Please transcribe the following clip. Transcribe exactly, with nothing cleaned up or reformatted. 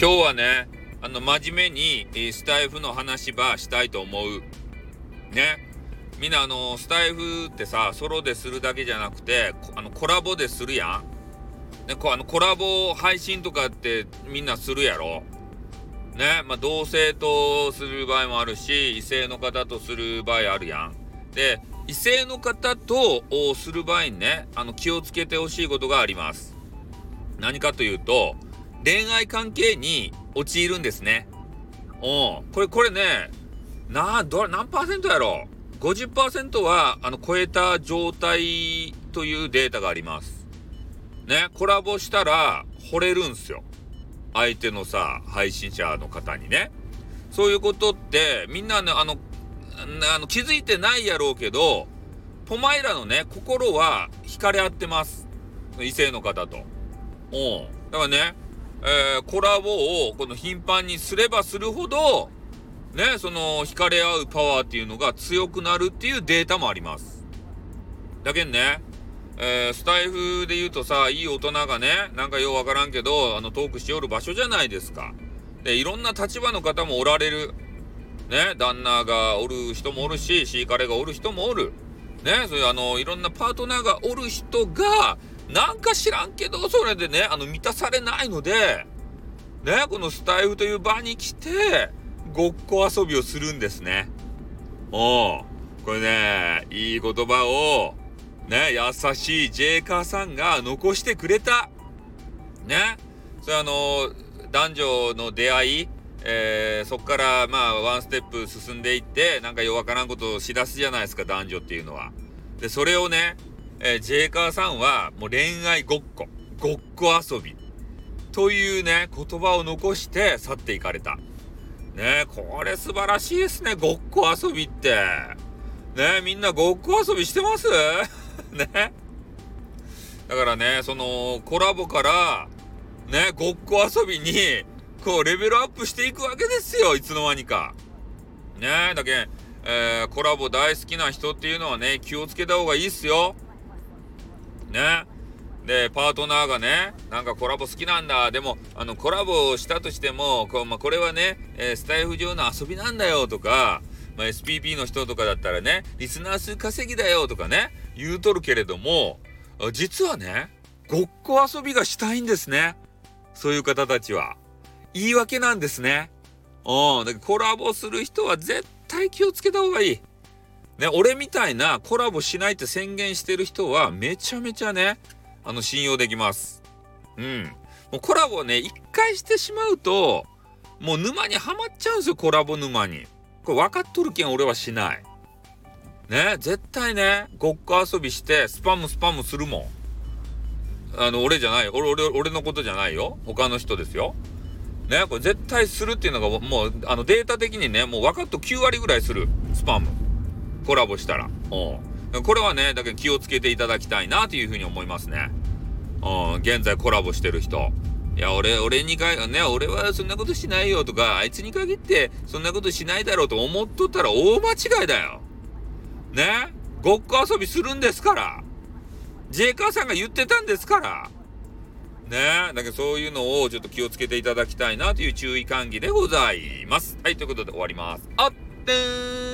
今日はね、あの、真面目に、えースタイフの話ばしたいと思う。ね。みんなあの、スタイフってさ、ソロでするだけじゃなくて、こあの、コラボでするやん。ね、こあの、コラボ配信とかってみんなするやろ。ね。まあ、同性とする場合もあるし、異性の方とする場合あるやん。で、異性の方とおする場合にね、あの、気をつけてほしいことがあります。何かというと、恋愛関係に陥るんですね。おこれ、これね、な、ど、何パーセントやろ ?ごじゅっパーセント は、あの、超えた状態というデータがあります。ね、コラボしたら、惚れるんすよ。相手のさ、配信者の方にね。そういうことって、みんなね、あの、あの気づいてないやろうけど、ポマイラのね、心は惹かれ合ってます。異性の方と。おだからね、えー、コラボをこの頻繁にすればするほど、ね、その惹かれ合うパワーっていうのが強くなるっていうデータもあります。だけどね、えー、スタイフで言うとさ、いい大人がね、なんかようわからんけど、あのトークしおる場所じゃないですか。で、いろんな立場の方もおられる。ね、旦那がおる人もおるし、シーカレがおる人もおる。ね、そういうあの、いろんなパートナーがおる人が、なんか知らんけど、それでね、あの、満たされないので、ね、このスタイフという場に来て、ごっこ遊びをするんですね。おう。これね、いい言葉を、ね、優しいジェイカーさんが残してくれた。ね。それあの、男女の出会い、えー、そっからまあワンステップ進んでいってなんかよわからんことをしだすじゃないですか、男女っていうのは。でそれをね、えー、ジェイカーさんはもう恋愛ごっこごっこ遊びというね言葉を残して去っていかれたね。これ素晴らしいですね、ごっこ遊びってね。みんなごっこ遊びしてますね。だからね、そのコラボからねごっこ遊びにこうレベルアップしていくわけですよ、いつの間にかね。えだけ、えー、コラボ大好きな人っていうのはね気をつけた方がいいっすよね。でパートナーがねなんかコラボ好きなんだ、でもあのコラボしたとしてもこう、まあ、これはね、えー、スタイフ上の遊びなんだよとか、まあ、エスピーピー の人とかだったらねリスナー数稼ぎだよとかね言うとるけれども、実はねごっこ遊びがしたいんですね、そういう方たちは。言い訳なんですね。うん。だからコラボする人は絶対気をつけた方がいい。ね、俺みたいなコラボしないって宣言してる人はめちゃめちゃね、あの信用できます。うん。もうコラボね、一回してしまうと、もう沼にはまっちゃうんですよ、コラボ沼に。これ分かっとるけん俺はしない。ね、絶対ね、ごっこ遊びしてスパムスパムするもん。あの、俺じゃない。俺、俺、俺のことじゃないよ。他の人ですよ。ね、これ絶対するっていうのがもうあのデータ的にねもう分かっときゅうわりぐらいするスパムコラボしたら。うんこれはねだけど気をつけていただきたいなというふうに思いますね。うん現在コラボしてる人、いや俺俺にかね俺はそんなことしないよとか、あいつに限ってそんなことしないだろうと思っとったら大間違いだよね。ごっこ遊びするんですから、ジェイカーさんが言ってたんですからね。え、だけどそういうのをちょっと気をつけていただきたいなという注意喚起でございます。はい、ということで終わります。あってーん。